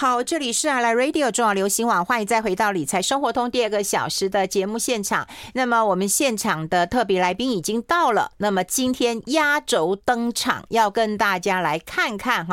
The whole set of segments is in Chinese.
好，这里是来 Radio 中广流行网，欢迎再回到理财生活通第2个小时的节目现场。那么我们现场的特别来宾已经到了，那么今天压轴登场，要跟大家来看看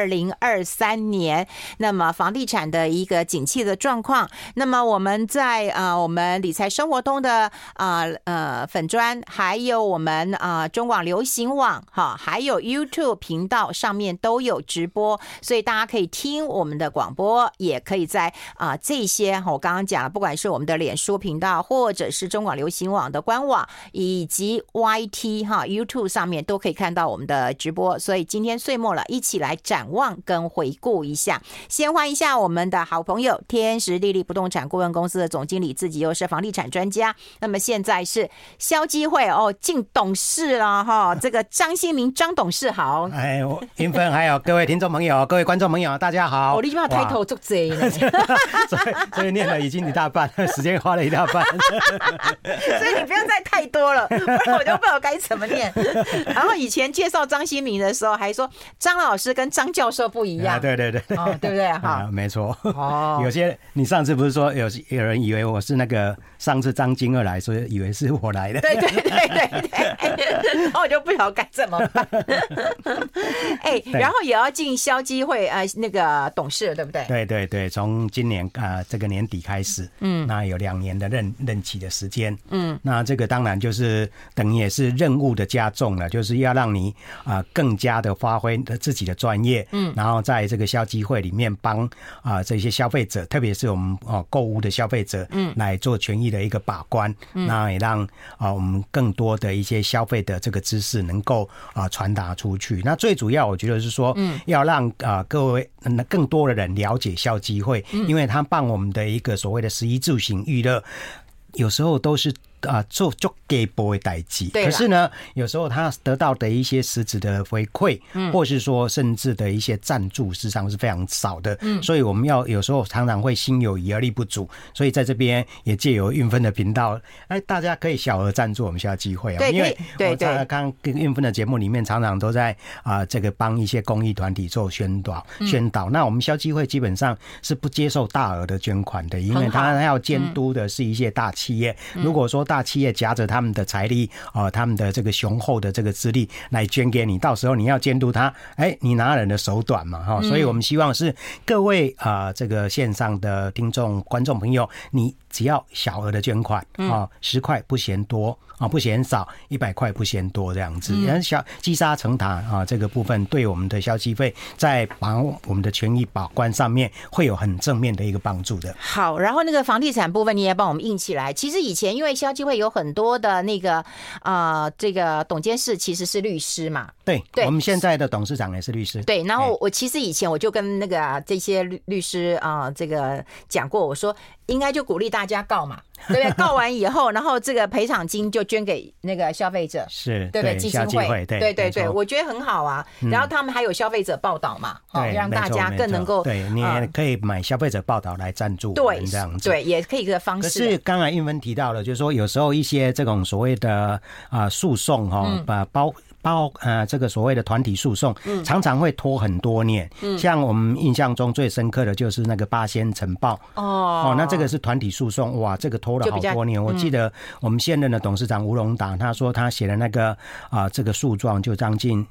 2023年那么房地产的一个景气的状况。那么我们在我们理财生活通的粉专，还有我们中广流行网还有 YouTube 频道上面都有直播，所以大家可以听我们的广播，也可以在这些我刚刚讲了，不管是我们的脸书频道，或者是中广流行网的官网，以及 YT YouTube 上面都可以看到我们的直播。所以今天岁末了，一起来展望跟回顾一下。先欢迎一下我们的好朋友天时地利不动产顾问公司的总经理，自己又是房地产专家，那么现在是消基会进董事了这个张新民张董事好。 英芬还有各位听众朋友各位观众朋友大家好。 你把抬头做贼呢所以念了已经一大半，时间花了一大半所以你不要再太多了，不然我就不知道该怎么念然后以前介绍张新民的时候还说张老师跟张教授不一样对对对对不对没错有些你上次不是说有人以为我是那个上次张金二来，所以以为是我来的对然后我就不晓得该怎么办然后也要进消基会那个董事对不对？ 对对对，从今年这个年底开始那有2年的任期的时间那这个当然就是等于也是任务的加重了，就是要让你更加的发挥自己的专业然后在这个消基会里面帮这些消费者，特别是我们购物的消费者来做权益的一个把关那也让我们更多的一些消费的这个知识能够传达出去。那最主要我觉得是说要让各位更多的人了解消基会因为它帮我们的一个所谓的食衣住行娱乐有时候都是做给博的代志，可是呢，有时候他得到的一些实质的回馈，或是说甚至的一些赞助，事实上是非常少的。所以我们有时候常常会心有余而力不足，所以在这边也借由运分的频道，大家可以小额赞助我们消基会因为我刚刚跟运分的节目里面常常都在这个帮一些公益团体做宣导。那我们消基会基本上是不接受大额的捐款的，因为他要监督的是一些大企业。如果说大企业夹着他们的财力他们的这个雄厚的这个资历来捐给你，到时候你要监督他你拿人的手短嘛所以我们希望是各位这个线上的听众观众朋友，你只要小额的捐款10块不嫌多不嫌少，100块不嫌多这样子积沙成塔这个部分对我们的消基会在把我们的权益把关上面会有很正面的一个帮助的。 好，然后那个房地产部分你也帮我们印起来。其实以前因为消基会有很多的那个这个董监事其实是律师嘛， 对，我们现在的董事长也是律师。 对，然后我其实以前我就跟那个这些律师这个讲过，我说应该就鼓励大家告嘛，对不对？告完以后，然后这个赔偿金就捐给那个消费者， 是对不对？基金会，对，我觉得很好啊。然后他们还有消费者报道嘛，让大家更能够对，你也可以买消费者报道来赞助我们这样子， 对，也可以一个方式。 可是刚才运芬提到了，就是说有时候一些这种所谓的诉讼这个所谓的团体诉讼常常会拖很多年像我们印象中最深刻的就是那个八仙城堡那这个是团体诉讼，哇，这个拖了好多年。我记得我们现任的董事长吴荣达他说他写的那个这个诉状就将近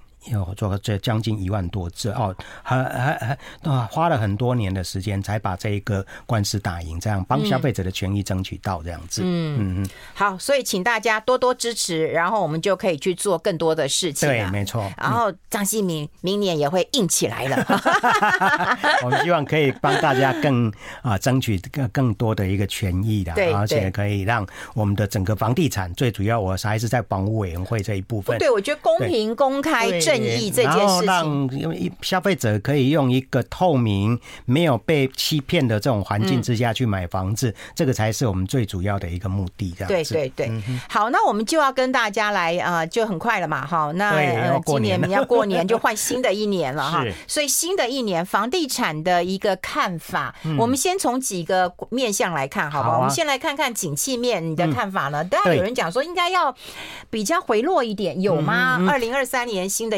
1万多字花了很多年的时间才把这一个官司打赢，这样帮消费者的权益争取到这样子。 好，所以请大家多多支持，然后我们就可以去做更多的事情。 对，没错。 然后张新民明年也会硬起来了。 我们希望可以帮大家更争取更多的一个权益的，而且可以让我们的整个房地产，最主要我还是在房屋委员会这一部分。 对，我觉得公平公开正义这件事情，然后让消费者可以用一个透明、没有被欺骗的这种环境之下去买房子，这个才是我们最主要的一个目的。这样子。对， 好，那我们就要跟大家来就很快了嘛，那今年要过年就换新的一年了哈，所以新的一年房地产的一个看法，我们先从几个面向来看，好不好？我们先来看看景气面，你的看法呢？当然有人讲说应该要比较回落一点，有吗？2023年新的一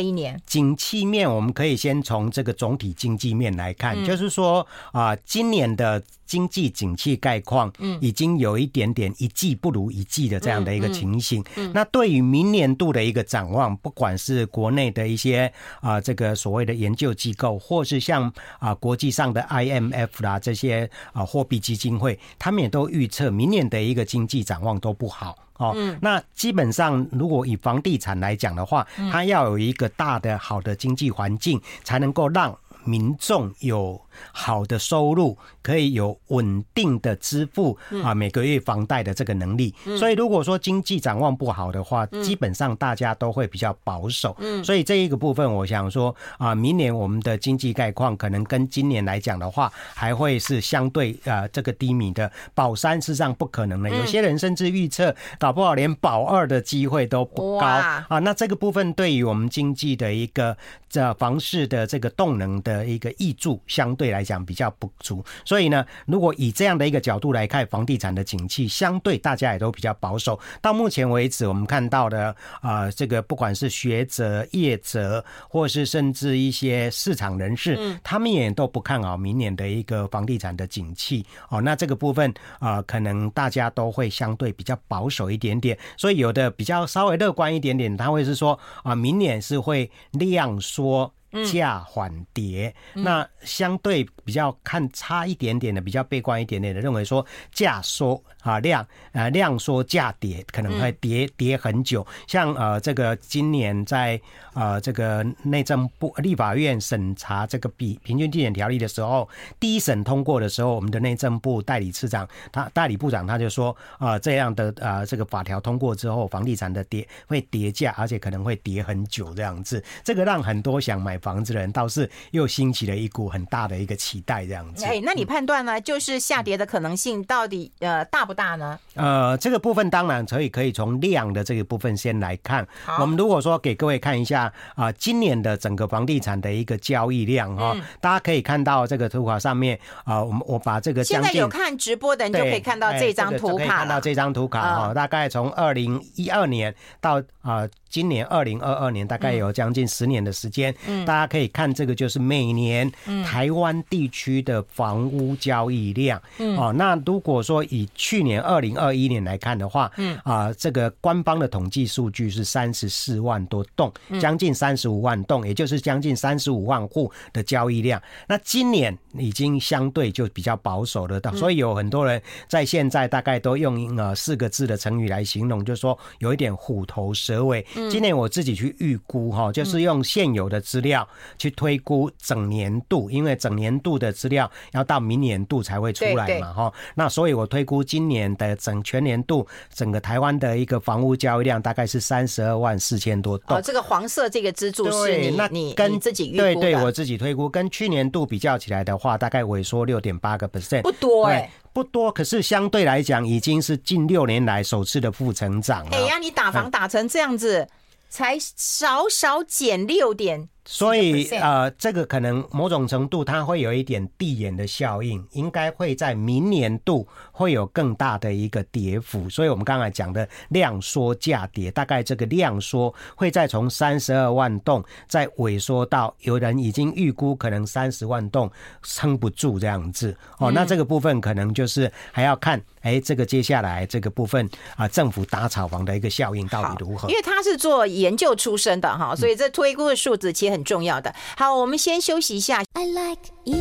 一年？ 景气面我们可以先从这个总体经济面来看，就是说今年的经济景气概况已经有一点点一季不如一季的这样的一个情形。那对于明年度的一个展望，不管是国内的一些这个所谓的研究机构，或是像国际上的 IMF 啦这些货币基金会，他们也都预测明年的一个经济展望都不好。那基本上如果以房地产来讲的话，它要有一个大的好的经济环境，才能够让民众有好的收入，可以有稳定的支付每个月房贷的这个能力。所以如果说经济展望不好的话，基本上大家都会比较保守。所以这一个部分我想说明年我们的经济概况可能跟今年来讲的话，还会是相对这个低迷的。保三事实上不可能的，有些人甚至预测搞不好连保二的机会都不高那这个部分对于我们经济的一个房市的这个动能的一个挹注相对来讲比较不足。所以呢，如果以这样的一个角度来看房地产的景气，相对大家也都比较保守。到目前为止我们看到的这个不管是学者业者或是甚至一些市场人士他们也都不看好明年的一个房地产的景气那这个部分可能大家都会相对比较保守一点点。所以有的比较稍微乐观一点点，他会是说明年是会量缩价缓跌。那相对比较看差一点点的，比较悲观一点点的，认为说价缩量缩价跌，可能会跌很久。像这个今年在这个内政部立法院审查这个平均地点条例的时候，第一审通过的时候，我们的内政部代理部长他就说这样的这个法条通过之后，房地产的会跌价，而且可能会跌很久这样子。这个让很多想买房子的人倒是又兴起了一股很大的一个期待这样子。 那你判断呢？就是下跌的可能性到底大不大呢？ 这个部分当然可以从量的这个部分先来看。我们如果说给各位看一下今年的整个房地产的一个交易量大家可以看到这个图卡上面我把这个现在有看直播的人就可以看到这张图卡了，可以看到这张图卡大概从2012年到今年2022年，大概有将近10年的时间。大家可以看这个就是每年台湾地区的房屋交易量。那如果说以去年2021年来看的话，这个官方的统计数据是34万多栋，将近35万栋，也就是将近35万户的交易量。那今年已经相对就比较保守了，所以有很多人在现在大概都用4个字的成语来形容，就是说有一点虎头蛇尾。今年我自己去预估就是用现有的资料去推估整年度，因为整年度的资料要到明年度才会出来嘛。那所以我推估今年的全年度整个台湾的一个房屋交易量大概是32万4千多栋。 这个黄色这个支柱是你自己预估的？ 对，我自己推估，跟去年度比较起来的话，大概萎缩 6.8%， 不多不多，可是相对来讲已经是近6年来首次的负成长了。 你打房打成这样子，才少减6.4%。 所以这个可能某种程度它会有一点递延的效应，应该会在明年度会有更大的一个跌幅。所以我们刚才讲的量缩价跌，大概这个量缩会再从32万栋再萎缩到有人已经预估可能30万栋撑不住这样子。那这个部分可能就是还要看这个接下来这个部分政府打炒房的一个效应到底如何。 因为他是做研究出身的所以这推估的数字其实很重要的。好，我们先休息一下。I like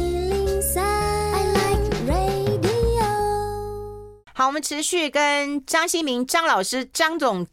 103, I like radio。 好，我们持续跟张新明张老师张董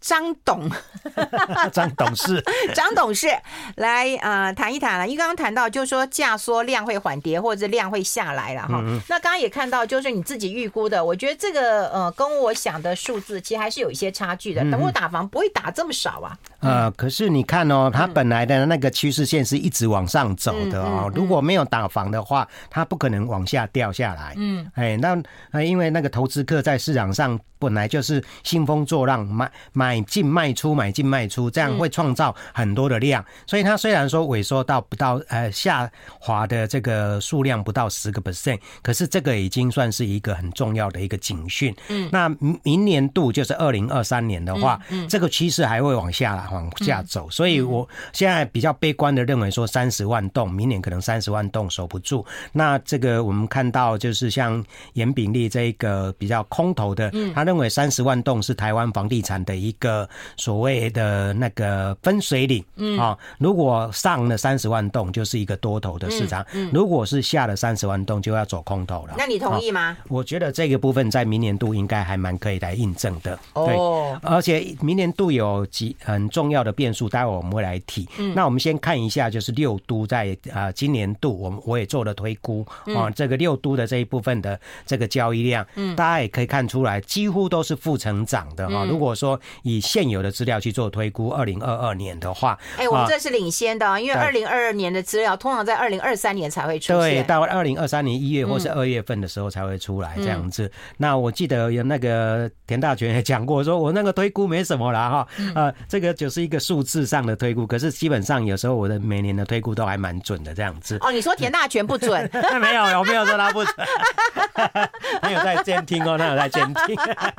事来谈一谈了。因为刚刚谈到就是说价缩量会缓跌或者量会下来了那刚刚也看到就是你自己预估的，我觉得这个跟我想的数字其实还是有一些差距的。等我打房不会打这么少可是你看它本来的那个趋势线是一直往上走的如果没有打房的话，它不可能往下掉下来。那因为那个投资客在市场上本来就是兴风作浪，买进卖出，买进卖出，这样会创造很多的量。所以它虽然说萎缩到不到下滑的这个数量不到10%，可是这个已经算是一个很重要的一个警讯。那明年度就是2023年的话，这个趋势还会往下啦往下走，所以我现在比较悲观的认为说30万栋，明年可能30万栋守不住。那这个我们看到就是像严炳立这一个比较空头的，他认为30万栋是台湾房地产的一个所谓的那个分水岭如果上了30万栋就是一个多头的市场，如果是下了30万栋就要走空头了。 那你同意吗？ 我觉得这个部分在明年度应该还蛮可以来印证的。对，而且明年度有很重要的变数，待会我们会来提。那我们先看一下，就是六都在今年度我也做了推估这个六都的这一部分的这个交易量，大家也可以看出来，几乎都是负成长的如果说以现有的资料去做推估，2022年的话， 我们这是领先的因为2022年的资料通常在2023年才会出现， 对，到2023年1月或是2月份的时候才会出来这样子。那我记得有那个田大全也讲过，说我那个推估没什么啦这个就是一个数字上的推估，可是基本上有时候我的每年的推估都还蛮准的这样子。 你说田大全不准？ 没有，我没有说他不准。他有在监听他有在监听。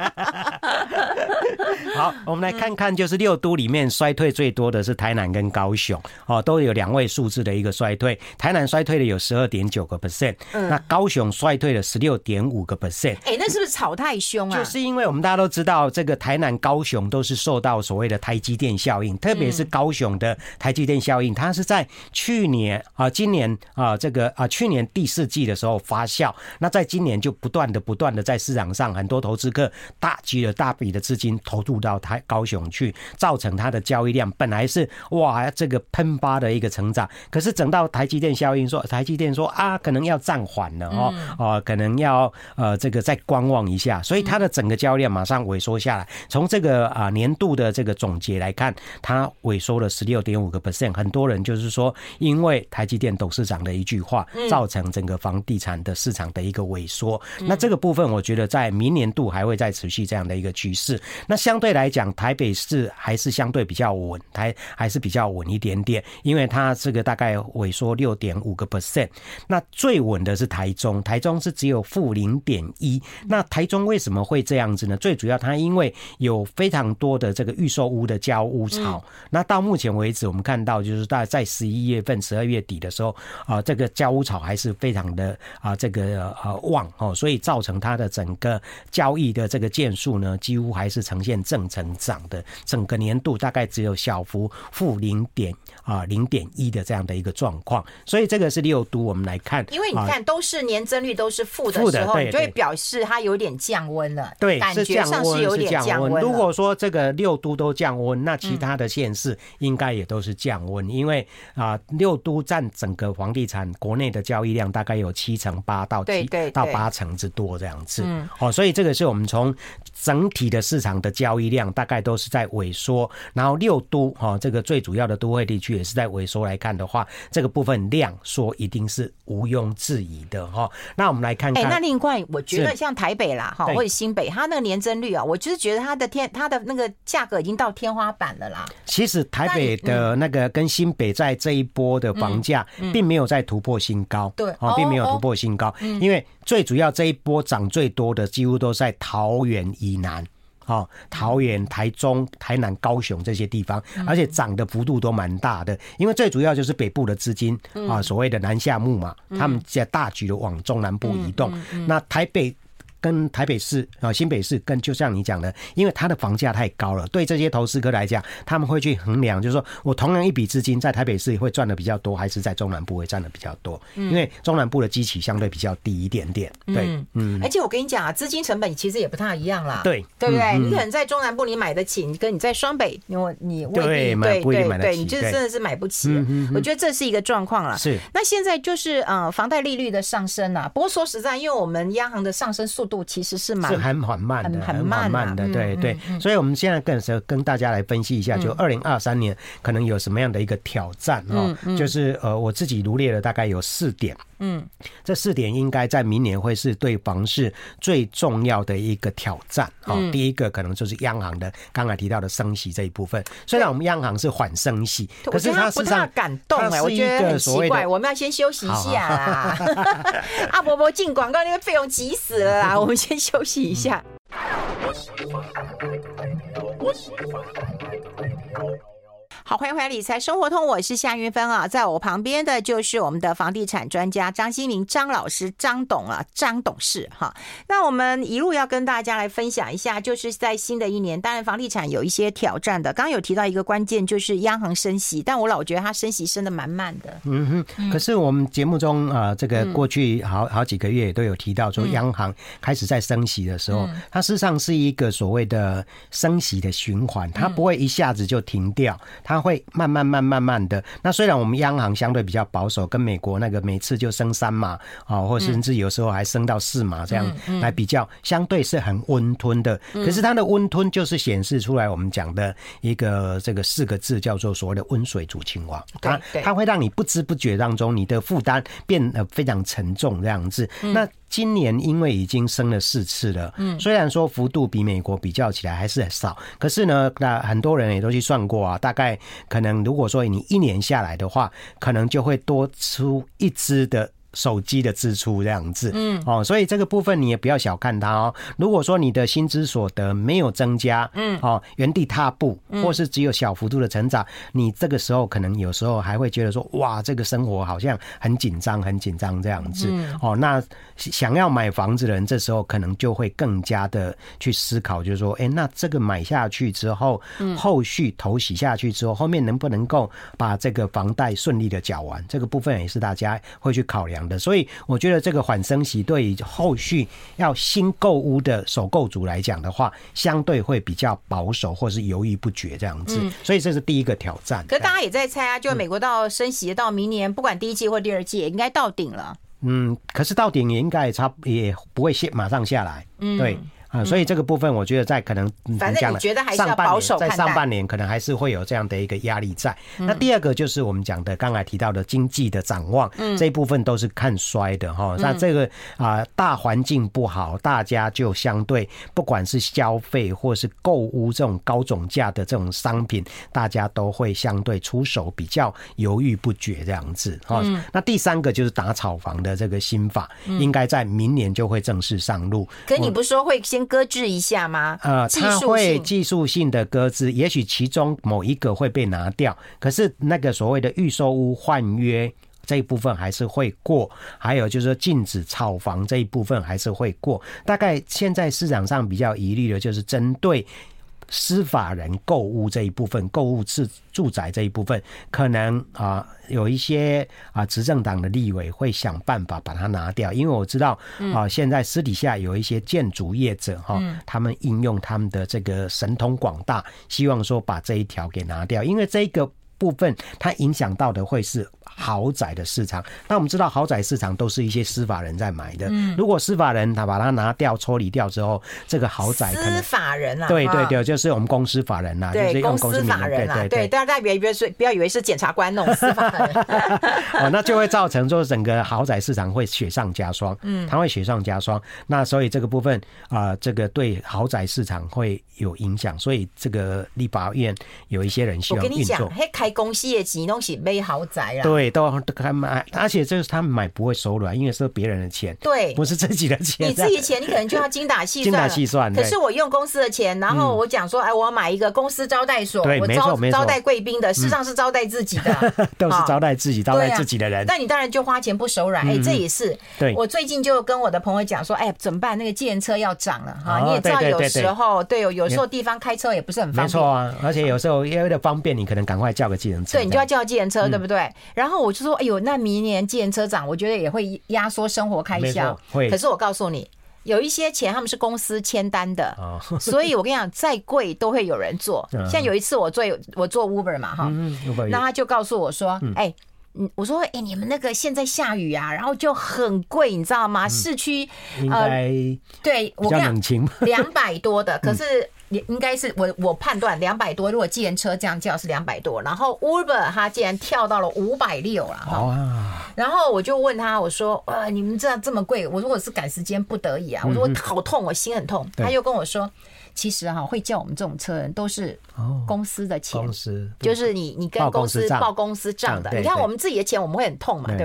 好，我们来看看，就是六都里面衰退最多的是台南跟高雄都有2位数字的一个衰退。台南衰退的有 12.9%，那高雄衰退了 16.5%。 那是不是吵太凶啊？ 就是因为我们大家都知道，这个台南高雄都是受到所谓的台积电效应，特别是高雄的台积电效应，它是在去年今年去年第4季的时候发酵，那在今年就不断的在市场上很多投资客集了大笔的资金投入到高雄去，造成它的交易量本来是这个喷发的一个成长，可是等到台积电效应台积电说可能要暂缓了可能要这个再观望一下，所以它的整个交易量马上萎缩下来。从这个年度的这个总结来看，它萎缩了 16.5%。很多人就是说，因为台积电董事长的一句话，造成整个房地产的市场的一个萎缩。那这个部分我觉得在明年度还会再持续这样的一个趋势。那相对来讲，台北市还是相对比较稳，还是比较稳一点点，因为它这个大概萎缩 6.5%。那最稳的是台中，台中是只有负 0.1。那台中为什么会这样子呢？最主要它因为有非常多的这个预售屋的交屋潮，那到目前为止我们看到就是大概在11月份12月底的时候这个交屋潮还是非常的这个旺所以造成它的整个交易的这个件数呢几乎还是呈现正成长的，整个年度大概只有小幅负 0.1 的这样的一个状况。所以这个是六都我们来看， 因为你看都是年增率都是负的时候，你就会表示它有点降温了， 对， 感觉上是有点降温了。 如果说这个六都都降温，那其他的县市应该也都是降温，因为六都占整个房地产国内的交易量大概有7%-8%到8%之多这样子所以这个是我们从整体的市场的交易量大概都是在萎缩，然后六都这个最主要的都会地区也是在萎缩来看的话，这个部分量缩一定是毋庸置疑的那我们来看看那另外我觉得像台北啦或者新北，它那个年增率我就是觉得它的那个价格已经到天花板了啦。 其实台北的那个跟新北在这一波的房价并没有再突破新高， 对并没有突破新高因为最主要这一波涨最多的几乎都在桃园以南桃园、台中、台南、高雄这些地方，而且涨的幅度都蛮大的，因为最主要就是北部的资金所谓的南下木嘛，他们在大举的往中南部移动。那台北跟台北市新北市跟就像你讲的，因为它的房价太高了，对这些投资客来讲，他们会去衡量，就是说我同样一笔资金在台北市会赚的比较多，还是在中南部会赚的比较多因为中南部的基期相对比较低一点点。对， 而且我跟你讲资金成本其实也不太一样啦， 对不对？你可能在中南部你买得起，跟你在双北你未必不一定买得起， 你就是真的是买不起我觉得这是一个状况啦。 是。 那现在就是房贷利率的上升不过说实在，因为我们央行的上升速度其实是很缓慢的， 很缓慢的，对所以我们现在跟大家来分析一下，就2023年可能有什么样的一个挑战就是我自己罗列了大概有4点。这4点应该在明年会是对房市最重要的一个挑战第一个可能就是央行的刚才提到的升息这一部分，虽然我们央行是缓升息，可是它不太敢动我觉得很奇怪，我们要先休息一下啦。阿伯伯进广告那个费用急死了啦，我们先休息一下。 好，欢迎回来理财生活通，我是夏云芬啊，在我旁边的就是我们的房地产专家张欣民张老师，张董事哈。那我们一路要跟大家来分享一下，就是在新的一年，当然房地产有一些挑战的，刚刚有提到一个关键就是央行升息，但我老觉得它升息升得蛮慢的。 可是我们节目中这个过去好几个月都有提到说，央行开始在升息的时候，它事实上是一个所谓的升息的循环，它不会一下子就停掉，它会慢慢的。那虽然我们央行相对比较保守，跟美国那个每次就升3码或甚至有时候还升到4码这样来比较，相对是很温吞的。可是它的温吞就是显示出来我们讲的一个这个4个字，叫做所谓的温水煮青蛙。它会让你不知不觉当中，你的负担变得非常沉重这样子。那今年因为已经升了4次了，虽然说幅度比美国比较起来还是很少，可是呢，那很多人也都去算过啊，大概可能如果说你1年下来的话，可能就会多出1支的手机的支出这样子，所以这个部分你也不要小看它哦。如果说你的薪资所得没有增加，原地踏步，或是只有小幅度的成长，你这个时候可能有时候还会觉得说，哇，这个生活好像很紧张这样子，那想要买房子的人，这时候可能就会更加的去思考，就是说，那这个买下去之后，后续头洗下去之后，后面能不能够把这个房贷顺利的缴完，这个部分也是大家会去考量的。所以我觉得这个缓升息对于后续要新购屋的首购族来讲的话，相对会比较保守或是犹豫不决这样子，所以这是第一个挑战。 可是大家也在猜啊，就美国到升息到明年，不管第1季或第2季，也应该到顶了。 可是到顶也应该也不会马上下来，对。所以这个部分我觉得在可能反正你觉得还是要保守看待， 在上半年可能还是会有这样的一个压力在。那第二个就是我们讲的刚才提到的经济的展望，这一部分都是看衰的哈。那这个大环境不好，大家就相对不管是消费或是购物这种高总价的这种商品，大家都会相对出手比较犹豫不决这样子。那第3个就是打炒房的这个新法，应该在明年就会正式上路。 可你不是说会先搁置一下吗？ 它会技术性的搁置，也许其中某一个会被拿掉，可是那个所谓的预售屋换约这一部分还是会过，还有就是说禁止炒房这一部分还是会过。大概现在市场上比较疑虑的就是针对司法人购屋这一部分，购物住宅这一部分，可能有一些执政党的立委会想办法把它拿掉，因为我知道现在私底下有一些建筑业者他们应用他们的这个神通广大，希望说把这一条给拿掉，因为这个部分它影响到的会是豪宅的市场。那我们知道豪宅市场都是一些司法人在买的，如果司法人他把它拿掉抽离掉之后，这个豪宅可能司法人啊， 对，就是我们公司法人啦，就是用公司法人啦， 对，大家不要以为是检察官那种司法人那就会造成说整个豪宅市场会雪上加霜，它会雪上加霜。那所以这个部分这个对豪宅市场会有影响，所以这个立法院有一些人希望运作。我跟你讲， 开公司的钱都是买豪宅啦， 对，都买，而且这是他们买不会手软，因为是别人的钱， 对， 不是自己的钱。 你自己钱，你可能就要精打细算。可是我用公司的钱，然后我讲说，我要买一个公司招待所，我招待贵宾的，事实上是招待自己的， 都是招待自己，招待自己的人。 那你当然就花钱不手软，这也是。对，我最近就跟我的朋友讲说，怎么办？那个计程车要涨了哈，你也知道，有时候有时候地方开车也不是很方便， 没错啊，而且有时候为了方便，你可能赶快叫个计程车， 对，你就要叫计程车，对不对？然后我就说，那明年计程车涨，我觉得也会压缩生活开销。可是我告诉你，有一些钱他们是公司签单的，所以我跟你讲，再贵都会有人做。像有一次我做 Uber 嘛，那他就告诉我说，我说你们那个现在下雨啊，然后就很贵，你知道吗？市区应该对我跟你讲200多的，可是应该是我判断200多，如果计程车这样叫是200多，然后 Uber 它竟然跳到了560了然后我就问他，我说你们这么贵，我说我是赶时间不得已啊，我说我好痛，我心很痛。他又跟我说，其实会叫我们这种车人都是公司的钱，就是你跟公司报公司账的。你看我们自己的钱我们会很痛嘛，对不对？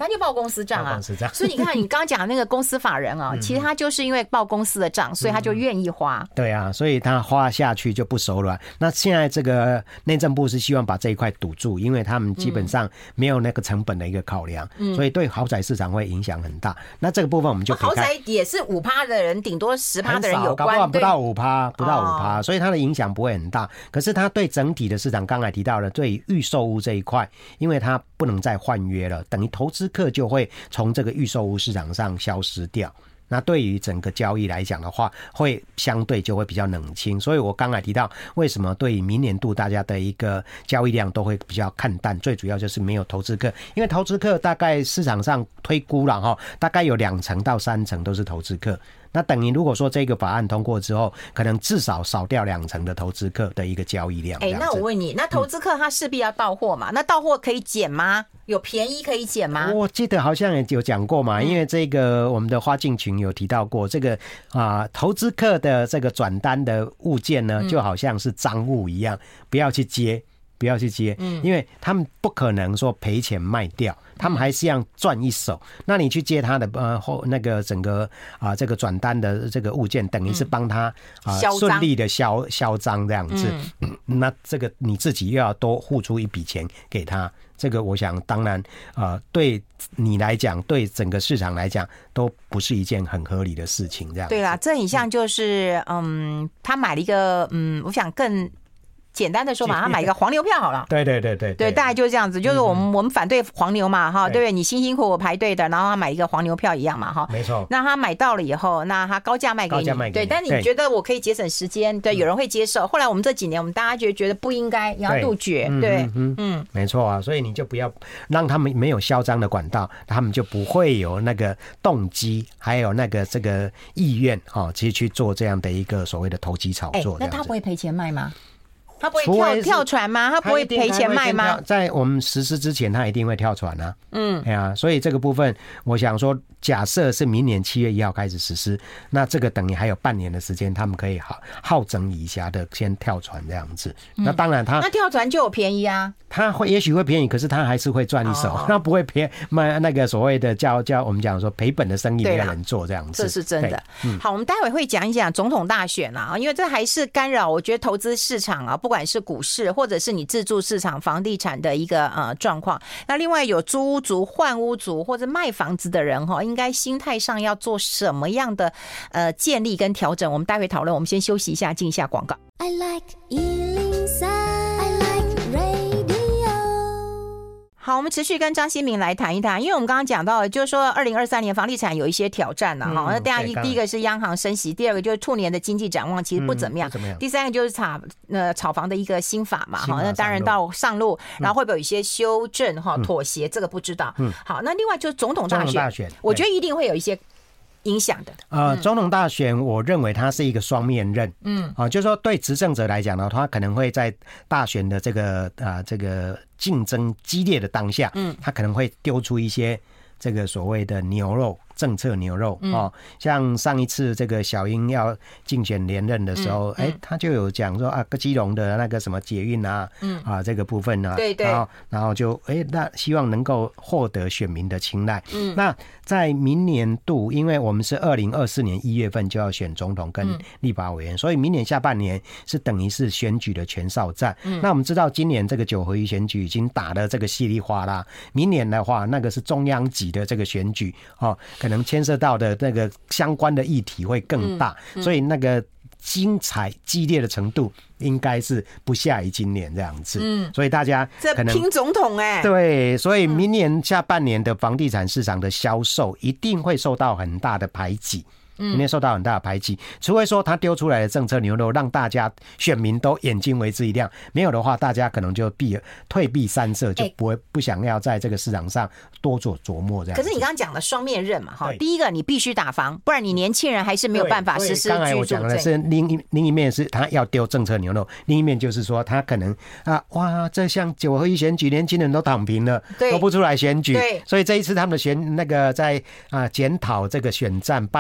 他就报公司账啊。 报公司账。 所以你看，你刚刚讲的那个公司法人啊，其实他就是因为报公司的账，所以他就愿意花。 对啊，所以他花下去就不手软。那现在这个内政部是希望把这一块堵住，因为他们基本上没有那个成本的一个考量，所以对豪宅市场会影响很大。那这个部分我们就可以豪宅也是5%的人，顶多10%的人有关， 搞不到5%，不到5%，所以它的影响不会很大。可是它对整体的市场，刚才提到了，对预售屋这一块，因为它不能再换约了，等于投资客就会从这个预售屋市场上消失掉。那对于整个交易来讲的话，会相对就会比较冷清，所以我刚才提到为什么对于明年度大家的一个交易量都会比较看淡，最主要就是没有投资客，因为投资客大概市场上推估了哈，大概有2成到3成都是投资客。那等于如果说这个法案通过之后，可能至少少掉2成的投资客的一个交易量。 那我问你，那投资客他势必要到货嘛？那到货可以减吗？有便宜可以减吗？ 我记得好像也有讲过嘛，因为这个我们的花敬群有提到过，这个投资客的这个转单的物件呢，就好像是赃物一样，不要去接。不要去接，因为他们不可能说赔钱卖掉，他们还是要赚一手。那你去接他的那个整个这个转单的这个物件，等于是帮他顺利的销赃这样子。那这个你自己又要多付出一笔钱给他，这个我想当然对你来讲，对整个市场来讲，都不是一件很合理的事情。这样子对啦，这很像就是他买了一个我想更简单的说法，他买一个黄牛票好了。 对， 大概就是这样子，就是我们反对黄牛嘛，哈，对不对？你辛辛苦苦排队的，然后他买一个黄牛票一样嘛，哈， 没错。 那他买到了以后，那他高价卖给你，对，但你觉得我可以节省时间，对，有人会接受。后来我们这几年，我们大家觉得不应该，要杜绝，对， 没错啊，所以你就不要让他们没有销赃的管道，他们就不会有那个动机，还有那个这个意愿其实去做这样的一个所谓的投机炒作。 那他不会赔钱卖吗？他不会跳船吗？他不会赔钱卖吗？ 在我们实施之前，他一定会跳船啊。所以这个部分，我想说，假设是明年7月1号开始实施，那这个等于还有半年的时间，他们可以好整以暇的先跳船这样子。那当然那跳船就有便宜啊。 他也许会便宜，可是他还是会赚一手，他不会卖那个所谓的叫我们讲说赔本的生意没有人做这样子。 这是真的。好，我们待会会讲一讲总统大选啊，因为这还是干扰我觉得投资市场啊，不管是股市或者是你自住市场房地产的一个状况。那另外有租屋族、换屋族或者卖房子的人应该心态上要做什么样的建立跟调整？我们待会讨论。我们先休息一下，进一下广告。I like 103, I like radio。好，我们持续跟张新民来谈一谈，因为我们刚刚讲到，就是说2023年房地产有一些挑战了哈。那大家第一个是央行升息，第二个就是兔年的经济展望其实不怎么样，第三个就是炒房的一个新法嘛哈。那当然到上路，然后会不会有一些修正哈、妥协，这个不知道。好，那另外就是总统大选，我觉得一定会有一些影响的。 总统大选，我认为它是一个双面刃。就是说对执政者来讲呢，他可能会在大选的这个竞争激烈的当下，他可能会丢出一些这个所谓的牛肉。政策牛肉像上一次这个小英要竞选连任的时候，他就有讲说基隆的那个什么捷运这个部分对， 然后就那希望能够获得选民的青睐。那在明年度，因为我们是2024年1月份就要选总统跟立法委员，所以明年下半年是等于是选举的全哨战。那我们知道今年这个9合1选举已经打得这个稀里哗啦，明年的话那个是中央级的这个选举可能牵涉到的那个相关的议题会更大，所以那个精彩激烈的程度应该是不下于今年这样子。所以大家可能这拼总统对，所以明年下半年的房地产市场的销售一定会受到很大的排挤。明天受到很大的排挤，除非说他丢出来的政策牛肉让大家选民都眼睛为之一亮，没有的话大家可能就退避三舍，就不想要在这个市场上多做琢磨这样。 可是你刚刚讲的双面刃嘛，第一个你必须打房，不然你年轻人还是没有办法实施居住。 刚才我讲的是另一面是他要丢政策牛肉，另一面就是说他可能这像9合1选举，年轻人都躺平了，都不出来选举，所以这一次他们的在检讨这个选战大败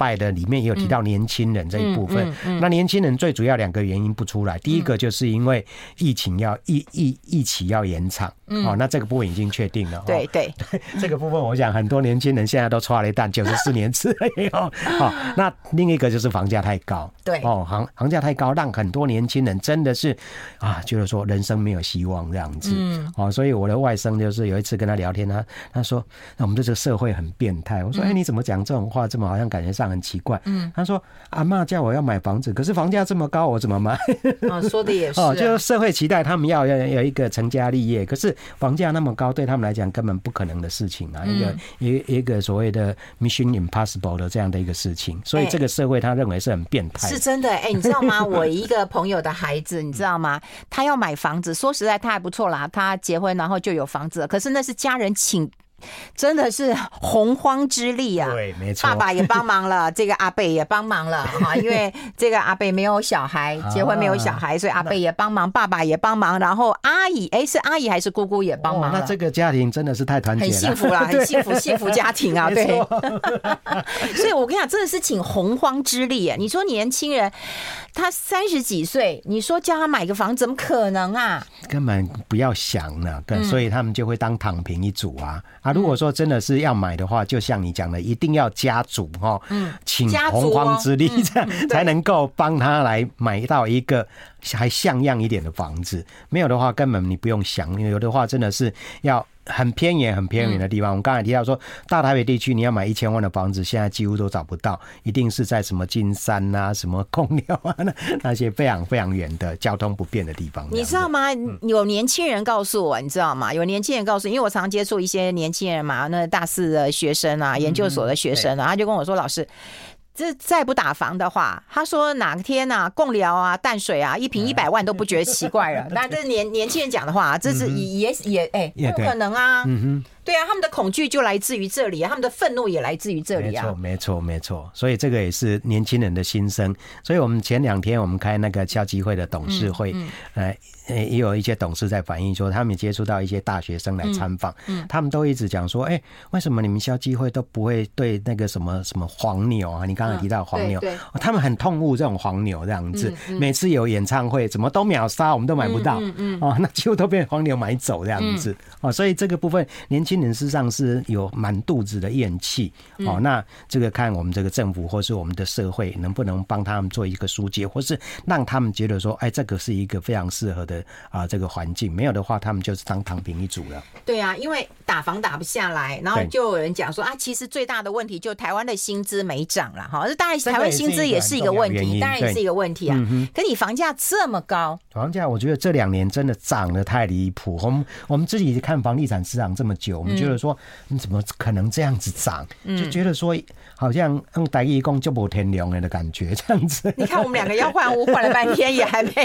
拜的里面也有提到年轻人这一部分。那年轻人最主要2个原因不出来，第一个就是因为疫情疫情要延长。那这个部分已经确定了。 对对， 这个部分我想很多年轻人现在都抓了一弹94年次了。那另一个就是房价太高。 对房价太高，让很多年轻人真的是觉得说人生没有希望这样子。所以我的外甥就是有一次跟他聊天，他说我们的这个社会很变态。我说你怎么讲这种话，这么好像感觉上很奇怪。他说阿嬷叫我要买房子，可是房价这么高，我怎么买？ 说的也是。 就是社会期待他们要有一个成家立业，可是房价那么高，对他们来讲根本不可能的事情啊！一个所谓的 Mission Impossible 的这样的一个事情，所以这个社会他认为是很变态。 是真的。你知道吗？我一个朋友的孩子，你知道吗？他要买房子，说实在他还不错啦，他结婚然后就有房子了，可是那是家人请。真的是洪荒之力啊！ 对，没错， 爸爸也帮忙了，这个阿伯也帮忙了哈，因为这个阿伯没有小孩，结婚没有小孩，所以阿伯也帮忙，爸爸也帮忙，然后阿姨，是阿姨还是姑姑也帮忙了。 那这个家庭真的是太团结了， 很幸福啦，很幸福家庭啊，对。所以我跟你讲，真的是请洪荒之力耶！你说年轻人他30几岁，你说叫他买个房，怎么可能啊？ 根本不要想了，所以他们就会当躺平一族啊。如果说真的是要买的话，就像你讲的，一定要家族请洪荒之力，这样才能够帮他来买到一个还像样一点的房子。没有的话，根本你不用想，因为有的话真的是要很偏远的地方。我们刚才提到说，大台北地区你要买1000万的房子，现在几乎都找不到，一定是在什么金山啊、什么贡寮啊那些非常非常远的交通不便的地方。 你知道吗？有年轻人告诉我，你知道吗？有年轻人告诉我，因为我常接触一些年轻人嘛，那大4的学生啊，研究所的学生啊，他就跟我说，老师。这再不打房的话，他说哪天啊，贡寮啊、淡水啊，一坪100万都不觉得奇怪了。那这是年轻人讲的话，这是也不可能啊。对啊，他们的恐惧就来自于这里，他们的愤怒也来自于这里啊。 没错。所以这个也是年轻人的心声。所以我们前2天我们开那个校际会的董事会，也有一些董事在反映说，他们也接触到一些大学生来参访，他们都一直讲说，为什么你们校际会都不会对那个什么黄牛啊？你刚才提到黄牛，他们很痛恶这种黄牛这样子。每次有演唱会，怎么都秒杀，我们都买不到，那几乎都被黄牛买走这样子。所以这个部分年轻人事实上是有满肚子的怨气。那这个看我们这个政府或是我们的社会能不能帮他们做一个疏解，或是让他们觉得说，这个是一个非常适合的这个环境。没有的话，他们就是当躺平一族了。 对啊，因为打房打不下来，然后就有人讲说其实最大的问题就台湾的薪资没涨了哈。当然台湾薪资也是一个问题，当然也是一个问题啊。可你房价这么高， 房价我觉得这2年真的涨得太离谱。我们自己看房地产市场这么久，我们觉得说你怎么可能这样子涨，就觉得说好像用台语讲就没天良的感觉这样子。 你看我们2个要换屋换了半天也还没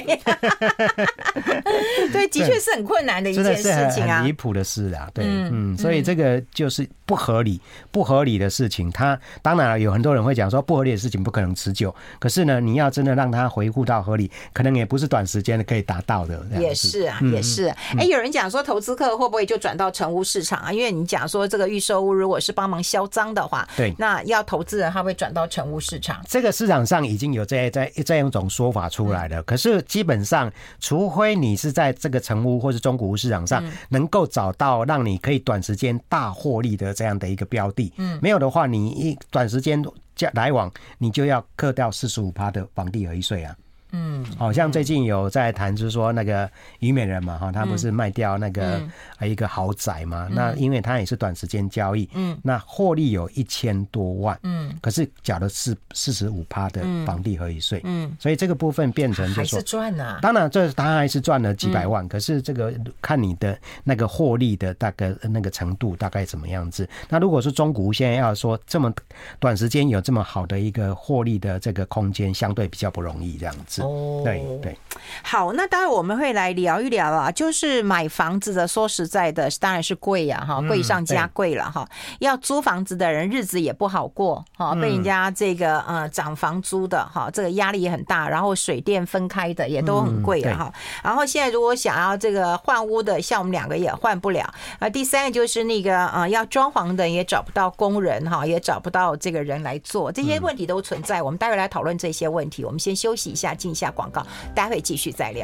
对，的确是很困难的一件事情啊， 很离谱的事啊。对，所以这个就是不合理的事情。它当然了，有很多人会讲说不合理的事情不可能持久，可是呢，你要真的让它回复到合理，可能也不是短时间可以达到的。 也是啊，也是。有人讲说投资客会不会就转到成屋市场啊？因为你讲说这个预售屋如果是帮忙销赃的话，对，那要投资人他会转到成屋市场。 这个市场上已经有这样一种说法出来了。可是基本上，除非你是在这个成屋或是中古屋市场上能够找到让你可以短时间大获利的这样的一个标的，没有的话，你一短时间来往，你就要课掉45%的房地合一税啊。好像最近有在谈，就是说那个虞美人嘛，他不是卖掉那个一个豪宅嘛？那因为他也是短时间交易，那获利有1000多万，可是缴的是45%的房地合一税，所以这个部分变成就是说还是赚啊。 当然，这他还是赚了几百万，可是这个看你的那个获利的大概那个程度大概怎么样子。那如果是中古现在要说这么短时间有这么好的一个获利的这个空间，相对比较不容易这样子。 子。对对。 好，那待会我们会来聊一聊啊，就是买房子的，说实在的，当然是贵啊，哈，贵上加贵了哈。要租房子的人日子也不好过哈，被人家这个涨房租的哈，这个压力也很大，然后水电分开的也都很贵了哈。然后现在如果想要这个换屋的，像我们两个也换不了啊。第三个就是那个要装潢的也找不到工人哈，也找不到这个人来做，这些问题都存在。我们待会来讨论这些问题，我们先休息一下，进一下广告，待会继续再聊。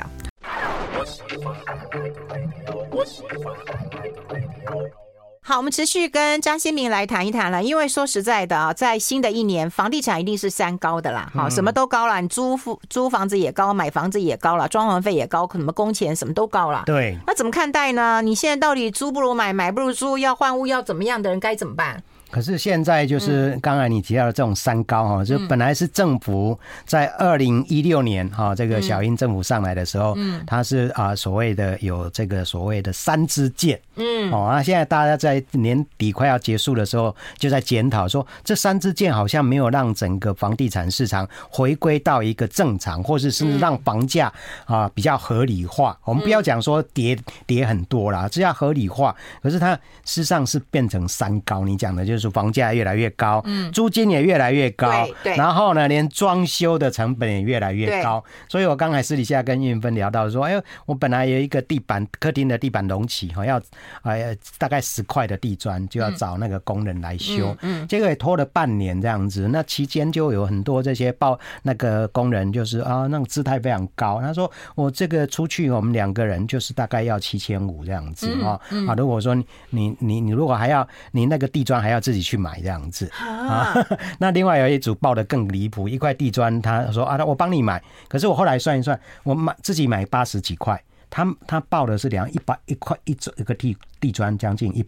好，我们持续跟张先明来谈一谈了，因为说实在的啊，在新的一年，房地产一定是三高的啦，好，什么都高了，你租房子也高，买房子也高了，装潢费也高，什么工钱什么都高了。 对， 那怎么看待呢？你现在到底租不如买，买不如租，要换屋要怎么样的人该怎么办？ 可是现在就是刚才你提到的这种三高哈，就本来是政府在2016年哈，这个小英政府上来的时候，它是所谓的有这个所谓的三支箭，那现在大家在年底快要结束的时候，就在检讨说，这三支箭好像没有让整个房地产市场回归到一个正常，或是甚至让房价比较合理化。我们不要讲说跌很多啦，这要合理化。可是它事实上是变成三高，你讲的就是房价越来越高，租金也越来越高，然后呢，连装修的成本也越来越高。所以我刚才私底下跟运芬聊到说，哎，我本来有一个客厅的地板隆起，要大概10块的地砖，就要找那个工人来修，结果也拖了半年这样子。那期间就有很多这些那个工人就是那种姿态非常高，他说我这个出去我们2个人就是大概要7500这样子如果说你如果还要你那个地砖还要自己去买这样子那另外有一组报得更离谱，一块地砖他说我帮你买，可是我后来算一算，我自己买80几块，他报的是一个地砖将近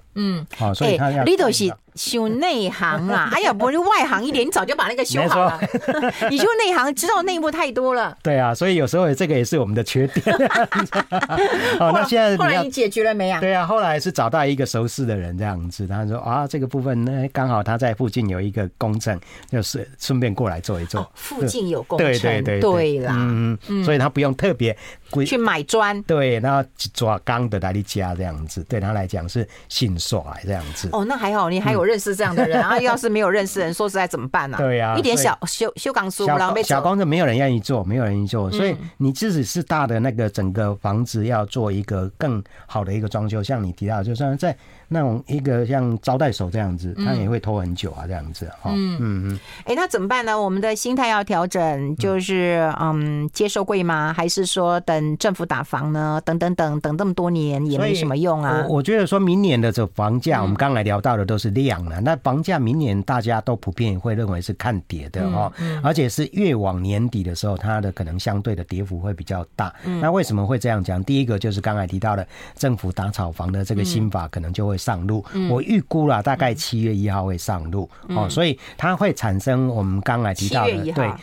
120，所以他要你就是修内行啦，哎呀，不是外行一点，你早就把那个修好了。你修内行，知道内幕太多了。 对啊，所以有时候这个也是我们的缺点。那现在后来你解决了没啊？ 对啊，后来是找到一个熟识的人这样子，他说这个部分呢，刚好他在附近有一个工程，就是顺便过来做一做。 附近有工程，对啦， 所以他不用特别去买砖， 对，然后抓钢的来加这样子，对他来讲是新手来这样子。 那还好，你还有认识这样的人要是没有认识人，说实在怎么办呢？ 对啊， 一点修钢书， 小工程没有人愿意做，所以你即使是大的那个整个房子要做一个更好的一个装修，像你提到，就算在那种一个像招待所这样子，他也会拖很久这样子。 那怎么办呢？我们的心态要调整，就是接受贵吗？还是说等政府打房呢？等这么多年也没什么用啊。 我觉得说明年的这房价，我们刚才聊到的都是量了。那房价明年大家都普遍会认为是看跌的而且是越往年底的时候，它的可能相对的跌幅会比较大。那为什么会这样讲？第一个就是刚才提到的政府打炒房的这个新法可能就会上路，我预估啦，大概7月1号会上路所以它会产生我们刚才提到的对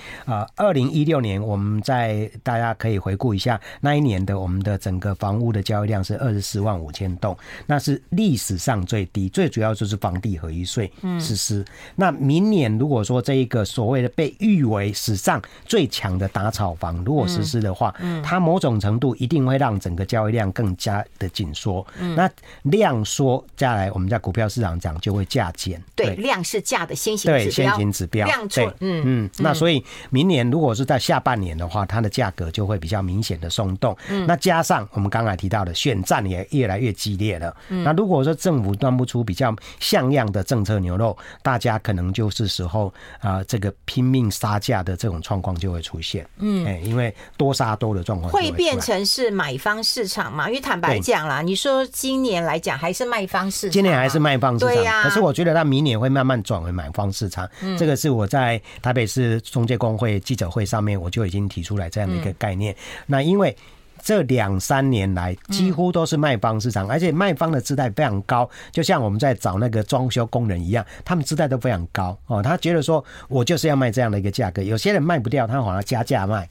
2016年我们大家可以回顾一下那一年的我们的整个房屋的交易量是245000栋，那是历史上最低，最主要就是房地合一税实施。那明年如果说这一个所谓的被誉为史上最强的打炒房如果实施的话，它某种程度一定会让整个交易量更加的紧缩。那量缩下来，我们在股票市场讲就会价减。 对，量是价的先行指标。量对，那所以明年如果是在下半年的话，它的价格就会比较明显的松动。那加上我们刚才提到的选战也越来越激烈了。那如果说政府端不出比较像样的政策牛肉，大家可能就是时候这个拼命杀价的这种状况就会出现。因为多杀多的状况会变成是买方市场嘛？因为坦白讲啦，你说今年来讲还是卖方市场， 今年还是卖方市场， 对啊。 可是我觉得它明年会慢慢转为买方市场。这个是我在台北市中介公会记者会上面我就已经提出来这样的一个概念。那因为这2-3年来几乎都是卖方市场，而且卖方的姿态非常高，就像我们在找那个装修工人一样，他们姿态都非常高他觉得说我就是要卖这样的一个价格，有些人卖不掉，他好像加价卖。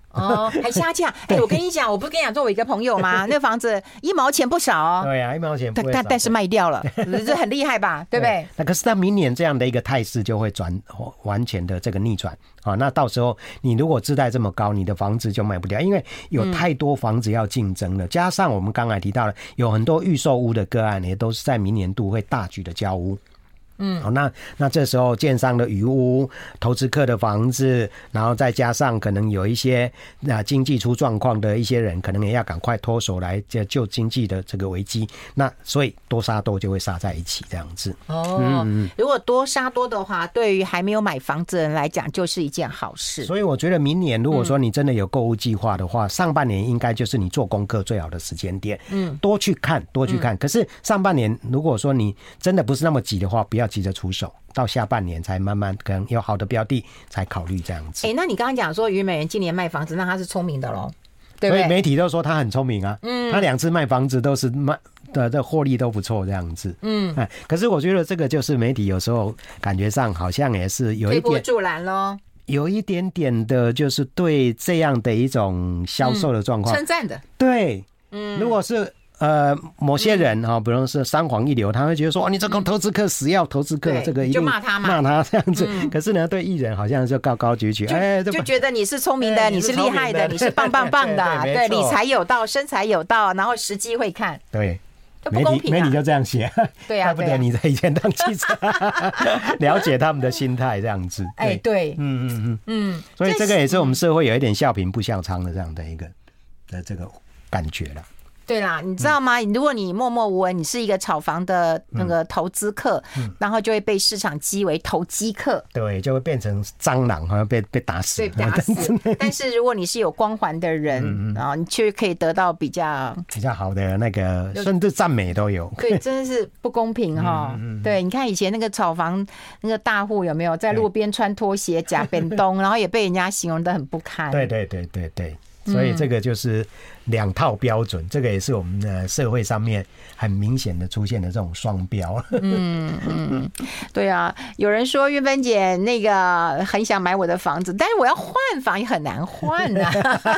哦，还杀价？我跟你讲，我不是跟你讲，说我一个朋友吗？那个房子1毛钱不少哦。 对啊，1毛钱不会少， 但是卖掉了，这很厉害吧？对不对？ 那可是到明年这样的一个态势就会完全的这个逆转啊。那到时候你如果自贷这么高，你的房子就卖不掉，因为有太多房子要竞争了。加上我们刚才提到了，有很多预售屋的个案也都是在明年度会大举的交屋。好，那这时候建商的余屋、投资客的房子，然后再加上可能有一些经济出状况的一些人，可能也要赶快脱手来救经济的这个危机。那所以多杀多就会杀在一起这样子。 如果多杀多的话，对于还没有买房子的人来讲，就是一件好事。 所以我觉得明年如果说你真的有购物计划的话，上半年应该就是你做功课最好的时间点。多去看。可是上半年如果说你真的不是那么急的话，不要急着出手，到下半年才慢慢可能有好的标的才考虑这样子。 那你刚刚讲说虞美人今年卖房子，那他是聪明的咯，对不对？ 所以媒体都说他很聪明啊，他2次卖房子都是的获利都不错这样子。可是我觉得这个就是媒体有时候感觉上好像也是有一点推波助澜咯，有一点点的就是对这样的一种销售的状况称赞的。 对，如果是某些人比如是三黄一流，他会觉得说，你这个投资客死要投资客，这个一定就骂他这样子。可是呢，对艺人好像就高高举起， 就觉得你是聪明的，你是厉害的，你是棒棒棒的，对，理财有道，身材有道，然后时机会看。 对，媒体就这样写， 对啊， 怪不得你在以前当记者，了解他们的心态这样子。 对， 所以这个也是我们社会有一点笑贫不笑娼的这样的一个的这个感觉了。 对啦，你知道吗？如果你默默无闻，你是一个炒房的那个投资客，然后就会被市场讥为投机客， 对，就会变成蟑螂，好像被打死， 对，打死。但是如果你是有光环的人，然后你却可以得到比较好的那个，甚至赞美都有。 对，真的是不公平哈。对，你看以前那个炒房那个大户有没有在路边穿拖鞋假便东，然后也被人家形容得很不堪。 对。所以这个就是2套标准，这个也是我们的社会上面很明显的出现的这种双标。 对啊，有人说韵芬姐那个很想买我的房子，但是我要换房也很难换啊。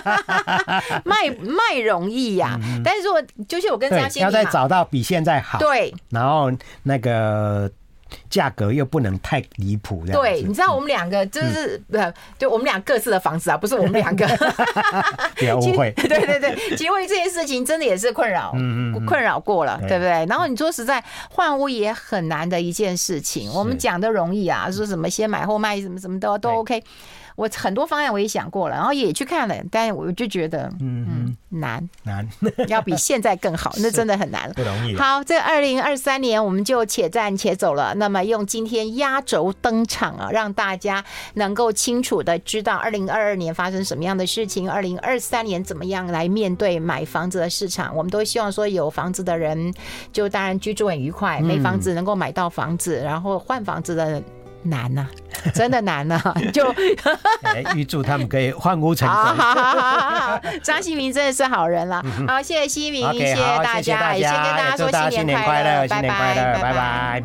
卖容易呀，但是我就是我跟张先生要再找到比现在好， 对， 然后那个价格又不能太离谱， 对，你知道我们2个就是对，我们俩各自的房子啊，不是我们2个， 不要误会。 对，其实为这件事情真的也是困扰过了，对不对？然后你说实在换屋也很难的一件事情，我们讲的容易啊，说什么先买后卖，什么都 OK。我很多方案我也想过了，然后也去看了，但我就觉得难，要比现在更好，那真的很难， 不容易。 好，这2023年我们就且战且走了。那么用今天压轴登场啊，让大家能够清楚的知道2022年发生什么样的事情，2023年怎么样来面对买房子的市场。我们都希望说有房子的人就当然居住很愉快，没房子能够买到房子，然后换房子的人难呐，真的难呐，就预祝他们可以换屋成功。 好，张希明真的是好人了。好，谢谢希明，谢谢大家，也先跟大家说新年快乐，拜拜。